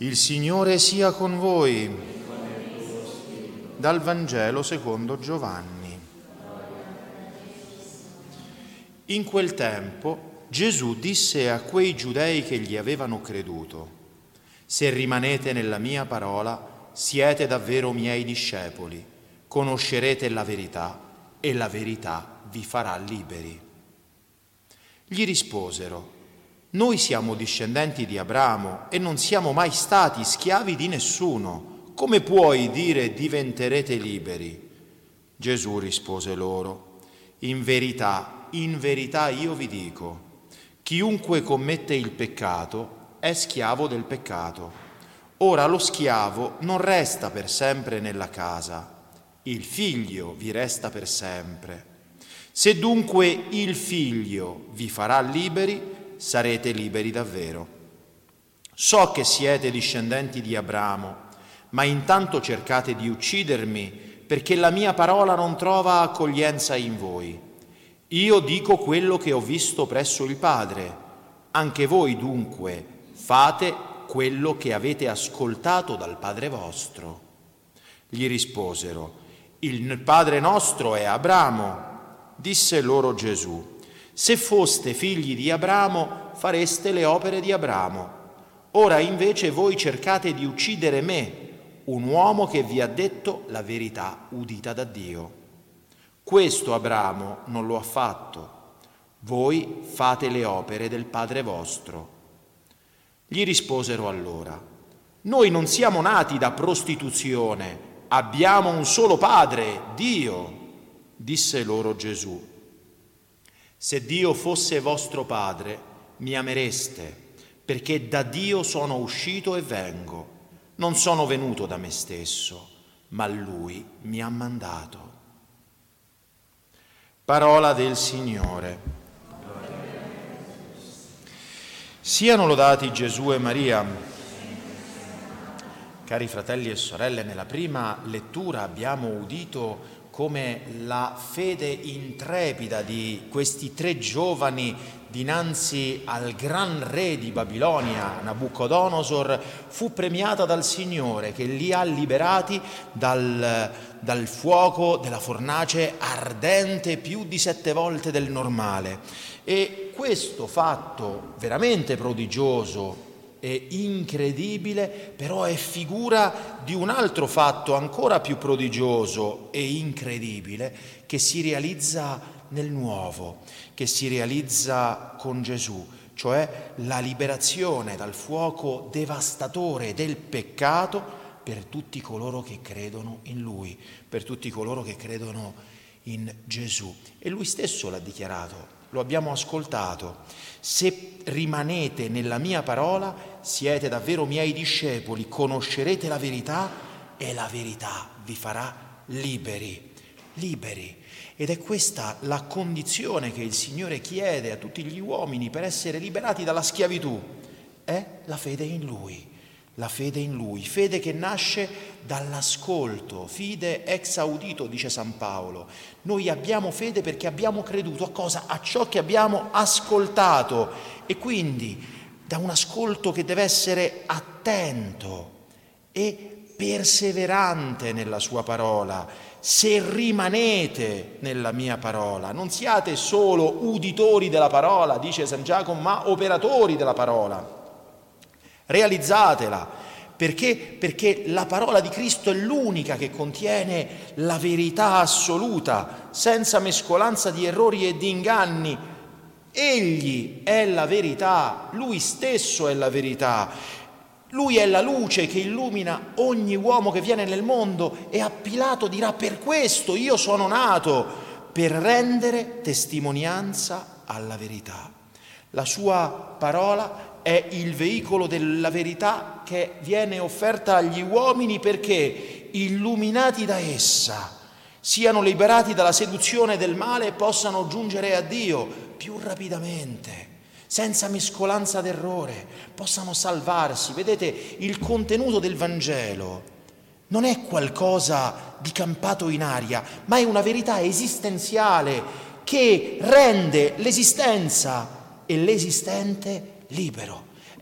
Il Signore sia con voi. Dal Vangelo secondo Giovanni. In quel tempo Gesù disse a quei giudei che gli avevano creduto: se rimanete nella mia parola, siete davvero miei discepoli, conoscerete la verità e la verità vi farà liberi. Gli risposero: noi siamo discendenti di Abramo e non siamo mai stati schiavi di nessuno. Come puoi dire diventerete liberi? Gesù rispose loro: in verità io vi dico, chiunque commette il peccato è schiavo del peccato. Ora lo schiavo non resta per sempre nella casa, il figlio vi resta per sempre. Se dunque il figlio vi farà liberi, sarete liberi davvero. So che siete discendenti di Abramo, ma intanto cercate di uccidermi perché la mia parola non trova accoglienza in voi. Io dico quello che ho visto presso il Padre. Anche voi dunque fate quello che avete ascoltato dal Padre vostro. Gli risposero: il Padre nostro è Abramo. Disse loro Gesù: se foste figli di Abramo, fareste le opere di Abramo. Ora invece voi cercate di uccidere me, un uomo che vi ha detto la verità udita da Dio. Questo Abramo non lo ha fatto. Voi fate le opere del Padre vostro. Gli risposero allora: noi non siamo nati da prostituzione, abbiamo un solo Padre, Dio. Disse loro Gesù: se Dio fosse vostro Padre, mi amereste, perché da Dio sono uscito e vengo. Non sono venuto da me stesso, ma Lui mi ha mandato. Parola del Signore. Siano lodati Gesù e Maria. Cari fratelli e sorelle, nella prima lettura abbiamo udito come la fede intrepida di questi tre giovani dinanzi al gran re di Babilonia, Nabucodonosor, fu premiata dal Signore, che li ha liberati dal fuoco della fornace ardente più di 7 volte del normale. E questo fatto veramente prodigioso e incredibile, però è figura di un altro fatto ancora più prodigioso e incredibile che si realizza nel nuovo, che si realizza con Gesù, cioè la liberazione dal fuoco devastatore del peccato per tutti coloro che credono in Lui, per tutti coloro che credono in Gesù. E Lui stesso l'ha dichiarato, lo abbiamo ascoltato: se rimanete nella mia parola, siete davvero miei discepoli, conoscerete la verità e la verità vi farà liberi. Liberi. Ed è questa la condizione che il Signore chiede a tutti gli uomini per essere liberati dalla schiavitù. È la fede in Lui. La fede in Lui, fede che nasce dall'ascolto, fide ex audito, dice San Paolo. Noi abbiamo fede perché abbiamo creduto a cosa? A ciò che abbiamo ascoltato, e quindi da un ascolto che deve essere attento e perseverante nella sua parola. Se rimanete nella mia parola, non siate solo uditori della parola, dice San Giacomo, ma operatori della parola. Realizzatela, perché la parola di Cristo è l'unica che contiene la verità assoluta, senza mescolanza di errori e di inganni. Egli è la verità, Lui stesso è la verità. Lui è la luce che illumina ogni uomo che viene nel mondo, e a Pilato dirà: per questo io sono nato, per rendere testimonianza alla verità. La sua parola è il veicolo della verità che viene offerta agli uomini perché, illuminati da essa, siano liberati dalla seduzione del male e possano giungere a Dio più rapidamente, senza mescolanza d'errore, possano salvarsi. Vedete, il contenuto del Vangelo non è qualcosa di campato in aria, ma è una verità esistenziale che rende l'esistenza e l'esistente libero.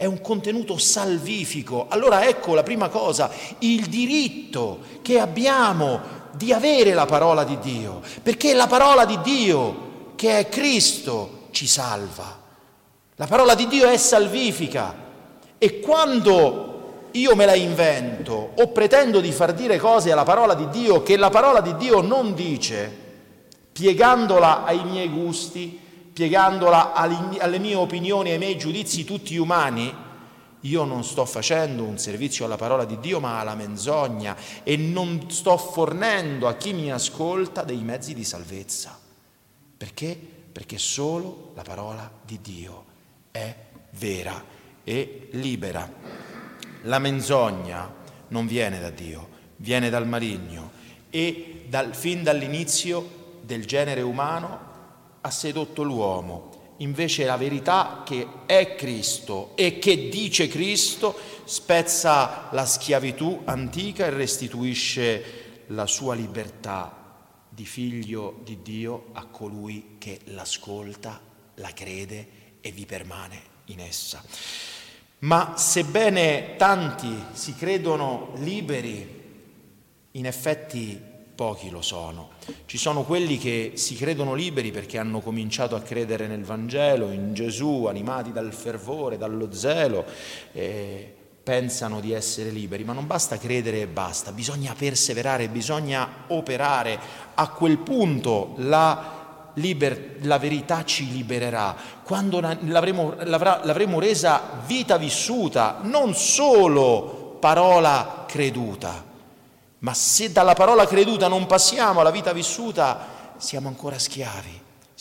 è un contenuto salvifico. Allora ecco la prima cosa, il diritto che abbiamo di avere la parola di Dio, perché la parola di Dio, che è Cristo, ci salva. La parola di Dio è salvifica e quando io me la invento o pretendo di far dire cose alla parola di Dio che la parola di Dio non dice, piegandola ai miei gusti, piegandola alle mie opinioni, ai miei giudizi tutti umani, io non sto facendo un servizio alla parola di Dio ma alla menzogna e non sto fornendo a chi mi ascolta dei mezzi di salvezza. Perché? Perché solo la parola di Dio è vera e libera. La menzogna non viene da Dio, viene dal maligno e fin dall'inizio del genere umano ha sedotto l'uomo. Invece la verità che è Cristo e che dice Cristo spezza la schiavitù antica e restituisce la sua libertà di figlio di Dio a colui che l'ascolta, la crede e vi permane in essa. Ma sebbene tanti si credono liberi, in effetti pochi lo sono. Ci sono quelli che si credono liberi perché hanno cominciato a credere nel Vangelo, in Gesù, animati dal fervore, dallo zelo, pensano di essere liberi, ma non basta credere e basta, bisogna perseverare, bisogna operare. A quel punto la verità ci libererà, quando l'avremo resa vita vissuta, non solo parola creduta. Ma se dalla parola creduta non passiamo alla vita vissuta, siamo ancora schiavi.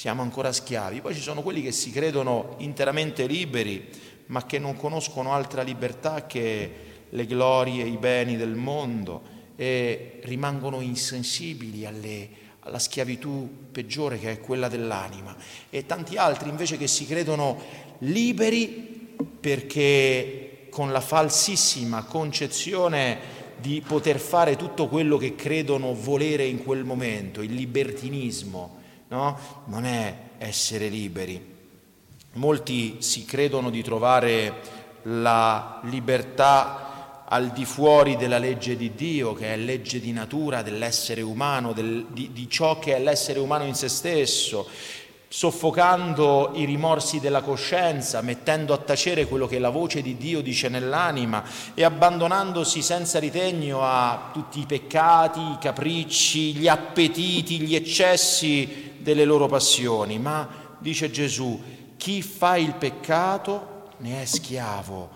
Poi ci sono quelli che si credono interamente liberi, ma che non conoscono altra libertà che le glorie e i beni del mondo e rimangono insensibili alla schiavitù peggiore che è quella dell'anima. E tanti altri invece che si credono liberi perché con la falsissima concezione di poter fare tutto quello che credono volere in quel momento, il libertinismo, no? Non è essere liberi. Molti si credono di trovare la libertà al di fuori della legge di Dio, che è legge di natura dell'essere umano, di ciò che è l'essere umano in se stesso, soffocando i rimorsi della coscienza, mettendo a tacere quello che la voce di Dio dice nell'anima e abbandonandosi senza ritegno a tutti i peccati, i capricci, gli appetiti, gli eccessi delle loro passioni. Ma, dice Gesù, chi fa il peccato ne è schiavo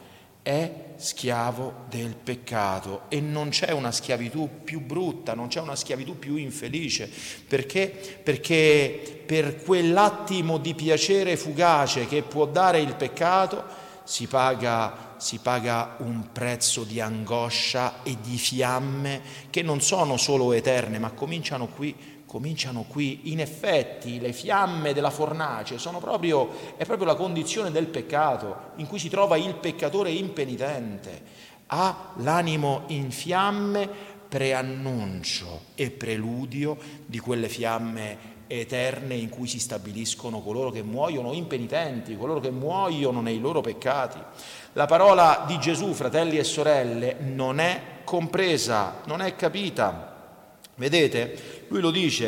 del peccato e non c'è una schiavitù più brutta, non c'è una schiavitù più infelice. Perché? Perché per quell'attimo di piacere fugace che può dare il peccato si paga un prezzo di angoscia e di fiamme che non sono solo eterne, ma cominciano qui. In effetti le fiamme della fornace è proprio la condizione del peccato in cui si trova il peccatore impenitente. Ha l'animo in fiamme, preannuncio e preludio di quelle fiamme eterne in cui si stabiliscono coloro che muoiono impenitenti, coloro che muoiono nei loro peccati. La parola di Gesù, fratelli e sorelle, non è compresa, non è capita. Vedete, lui lo dice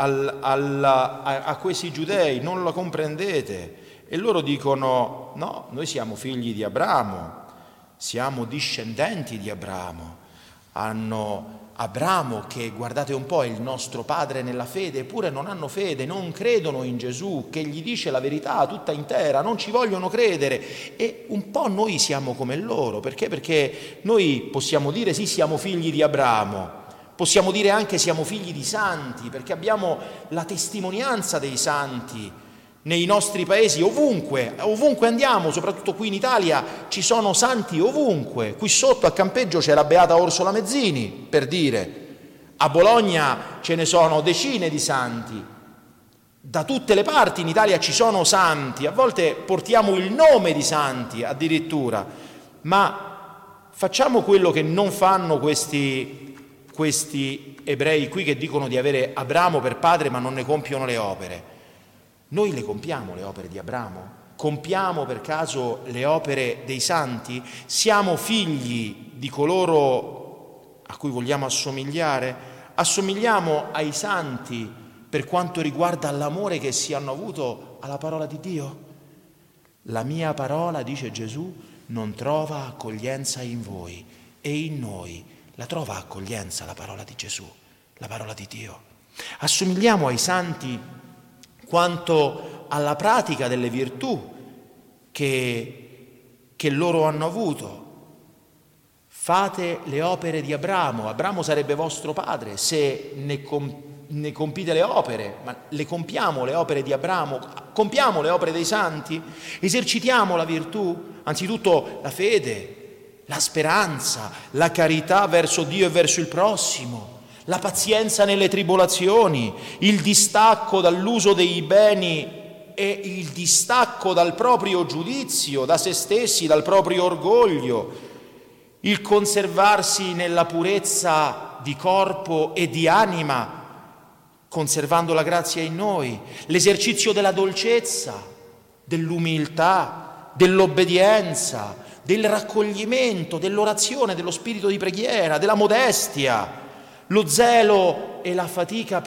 a questi giudei, non lo comprendete, e loro dicono: no, noi siamo figli di Abramo, siamo discendenti di Abramo. Hanno Abramo che, guardate un po', è il nostro padre nella fede, eppure non hanno fede, non credono in Gesù che gli dice la verità tutta intera, non ci vogliono credere. E un po' noi siamo come loro, perché noi possiamo dire sì, siamo figli di Abramo, possiamo dire anche siamo figli di santi, perché abbiamo la testimonianza dei santi nei nostri paesi, ovunque andiamo, soprattutto qui in Italia, ci sono santi ovunque. Qui sotto a Campeggio c'è la beata Orsola Mezzini, per dire. A Bologna ce ne sono decine di santi. Da tutte le parti in Italia ci sono santi, a volte portiamo il nome di santi addirittura, ma facciamo quello che non fanno questi ebrei qui che dicono di avere Abramo per padre ma non ne compiono le opere. Noi le compiamo le opere di Abramo? Compiamo per caso le opere dei santi? Siamo figli di coloro a cui vogliamo assomigliare? Assomigliamo ai santi per quanto riguarda l'amore che si hanno avuto alla parola di Dio? La mia parola, dice Gesù, non trova accoglienza in voi e in noi la trova accoglienza la parola di Gesù, la parola di Dio. Assomigliamo ai santi quanto alla pratica delle virtù che loro hanno avuto. Fate le opere di Abramo. Abramo sarebbe vostro padre se ne compite le opere, ma le compiamo le opere di Abramo, compiamo le opere dei santi, esercitiamo la virtù, anzitutto la fede, la speranza, la carità verso Dio e verso il prossimo, la pazienza nelle tribolazioni, il distacco dall'uso dei beni e il distacco dal proprio giudizio, da se stessi, dal proprio orgoglio, il conservarsi nella purezza di corpo e di anima, conservando la grazia in noi, l'esercizio della dolcezza, dell'umiltà, dell'obbedienza, del raccoglimento, dell'orazione, dello spirito di preghiera, della modestia, lo zelo e la fatica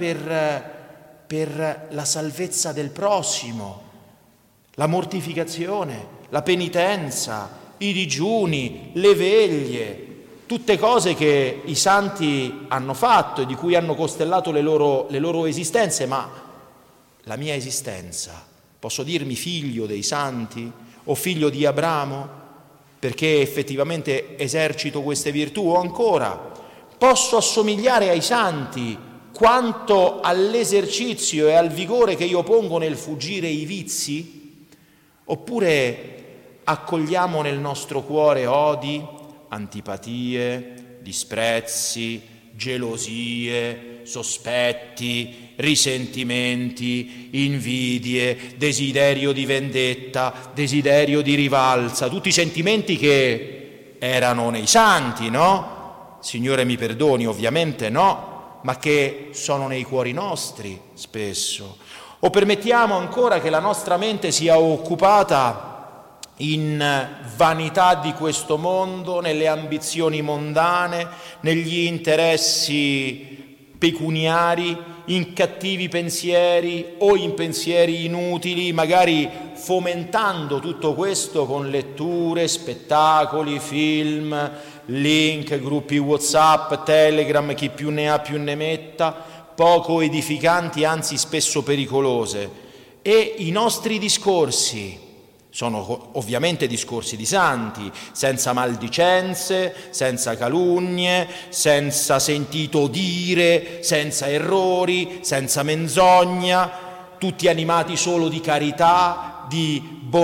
per la salvezza del prossimo, la mortificazione, la penitenza, i digiuni, le veglie, tutte cose che i santi hanno fatto e di cui hanno costellato le loro esistenze, ma la mia esistenza, posso dirmi figlio dei santi o figlio di Abramo perché effettivamente esercito queste virtù, o ancora posso assomigliare ai santi quanto all'esercizio e al vigore che io pongo nel fuggire i vizi? Oppure accogliamo nel nostro cuore odi, antipatie, disprezzi, gelosie, sospetti, risentimenti, invidie, desiderio di vendetta, desiderio di rivalsa, tutti i sentimenti che erano nei santi, no? Signore mi perdoni, ovviamente no, ma che sono nei cuori nostri spesso. O permettiamo ancora che la nostra mente sia occupata in vanità di questo mondo, nelle ambizioni mondane, negli interessi pecuniari, in cattivi pensieri o in pensieri inutili, magari fomentando tutto questo con letture, spettacoli, film, link, gruppi WhatsApp, Telegram, chi più ne ha più ne metta, poco edificanti, anzi spesso pericolose. E i nostri discorsi sono ovviamente discorsi di santi, senza maldicenze, senza calunnie, senza sentito dire, senza errori, senza menzogna, tutti animati solo di carità, di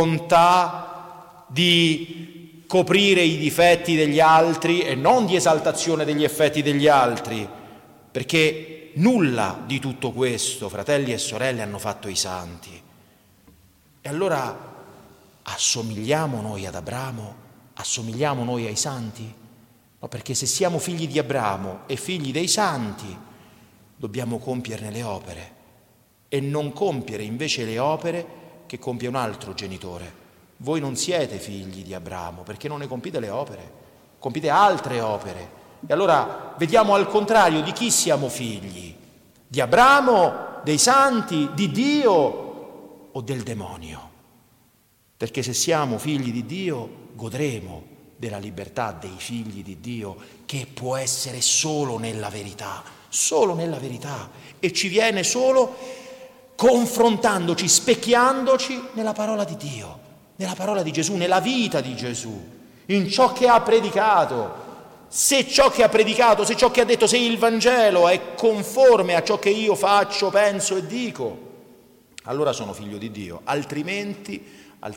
bontà, di coprire i difetti degli altri e non di esaltazione degli effetti degli altri, perché nulla di tutto questo, fratelli e sorelle, hanno fatto i santi. E allora assomigliamo noi ad Abramo? Assomigliamo noi ai santi? No, perché se siamo figli di Abramo e figli dei santi, dobbiamo compierne le opere e non compiere invece le opere che compie un altro genitore. Voi non siete figli di Abramo perché non ne compite le opere, compite altre opere. E allora vediamo al contrario di chi siamo figli? Di Abramo, dei santi, di Dio o del demonio? Perché se siamo figli di Dio godremo della libertà dei figli di Dio, che può essere solo nella verità, e ci viene solo confrontandoci, specchiandoci nella parola di Dio, nella parola di Gesù, nella vita di Gesù, in ciò che ha predicato. Se ciò che ha predicato, se ciò che ha detto, se il Vangelo è conforme a ciò che io faccio, penso e dico, allora sono figlio di Dio, altrimenti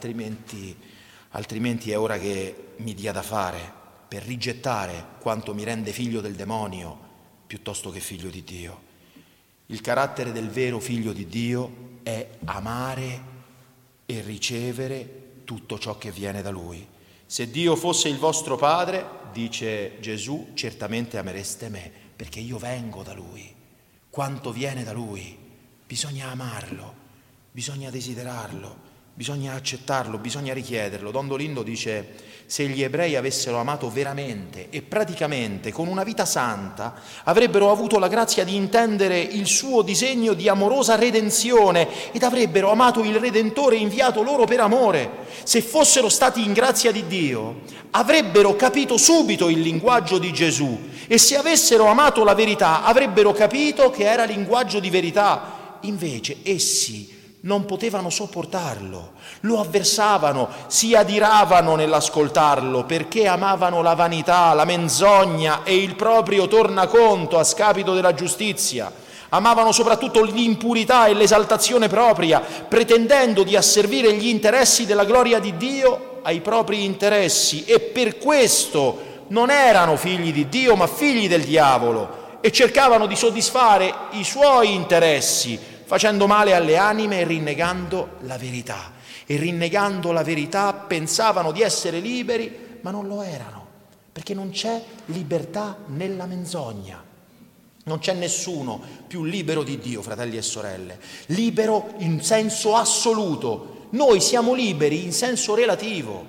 è ora che mi dia da fare per rigettare quanto mi rende figlio del demonio piuttosto che figlio di Dio. Il carattere del vero figlio di Dio è amare e ricevere tutto ciò che viene da Lui. Se Dio fosse il vostro Padre, dice Gesù, certamente amereste me, perché io vengo da Lui. Quanto viene da Lui, bisogna amarlo, bisogna desiderarlo, bisogna accettarlo, bisogna richiederlo. Don Dolindo dice: se gli ebrei avessero amato veramente e praticamente, con una vita santa, avrebbero avuto la grazia di intendere il suo disegno di amorosa redenzione ed avrebbero amato il Redentore inviato loro per amore. Se fossero stati in grazia di Dio, avrebbero capito subito il linguaggio di Gesù, e se avessero amato la verità, avrebbero capito che era linguaggio di verità. Invece essi non potevano sopportarlo, lo avversavano, si adiravano nell'ascoltarlo, perché amavano la vanità, la menzogna e il proprio tornaconto a scapito della giustizia. Amavano soprattutto l'impurità e l'esaltazione propria, pretendendo di asservire gli interessi della gloria di Dio ai propri interessi, e per questo non erano figli di Dio ma figli del diavolo, e cercavano di soddisfare i suoi interessi, facendo male alle anime e rinnegando la verità. E rinnegando la verità pensavano di essere liberi, ma non lo erano, perché non c'è libertà nella menzogna. Non c'è nessuno più libero di Dio, fratelli e sorelle, libero in senso assoluto. Noi siamo liberi in senso relativo,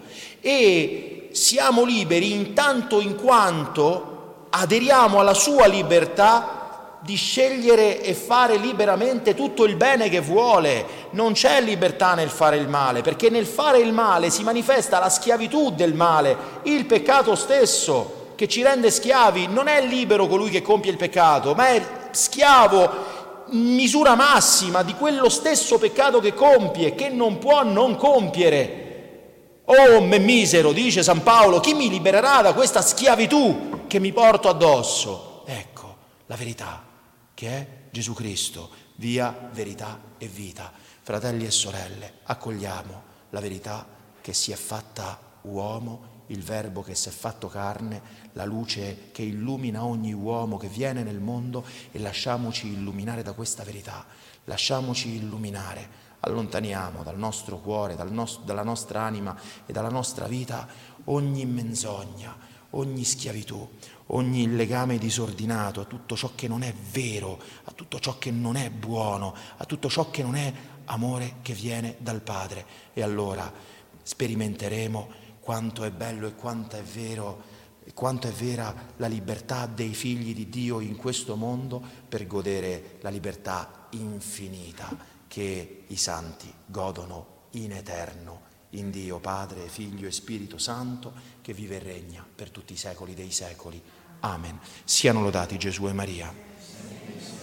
e siamo liberi in tanto in quanto aderiamo alla sua libertà di scegliere e fare liberamente tutto il bene che vuole. Non c'è libertà nel fare il male, perché nel fare il male si manifesta la schiavitù del male, il peccato stesso che ci rende schiavi. Non è libero colui che compie il peccato, ma è schiavo in misura massima di quello stesso peccato che compie, che non può non compiere. Oh, me misero, dice San Paolo, chi mi libererà da questa schiavitù che mi porto addosso? Ecco, la verità, che è Gesù Cristo, via, verità e vita. Fratelli e sorelle, accogliamo la verità che si è fatta uomo, il Verbo che si è fatto carne, la luce che illumina ogni uomo che viene nel mondo, e lasciamoci illuminare da questa verità, lasciamoci illuminare, allontaniamo dal nostro cuore, dalla nostra anima e dalla nostra vita ogni menzogna, ogni schiavitù, ogni legame disordinato a tutto ciò che non è vero, a tutto ciò che non è buono, a tutto ciò che non è amore che viene dal Padre. E allora sperimenteremo quanto è bello e quanto è vero e quanto è vera la libertà dei figli di Dio in questo mondo, per godere la libertà infinita che i santi godono in eterno in Dio Padre, Figlio e Spirito Santo, che vive e regna per tutti i secoli dei secoli. Amen. Siano lodati Gesù e Maria.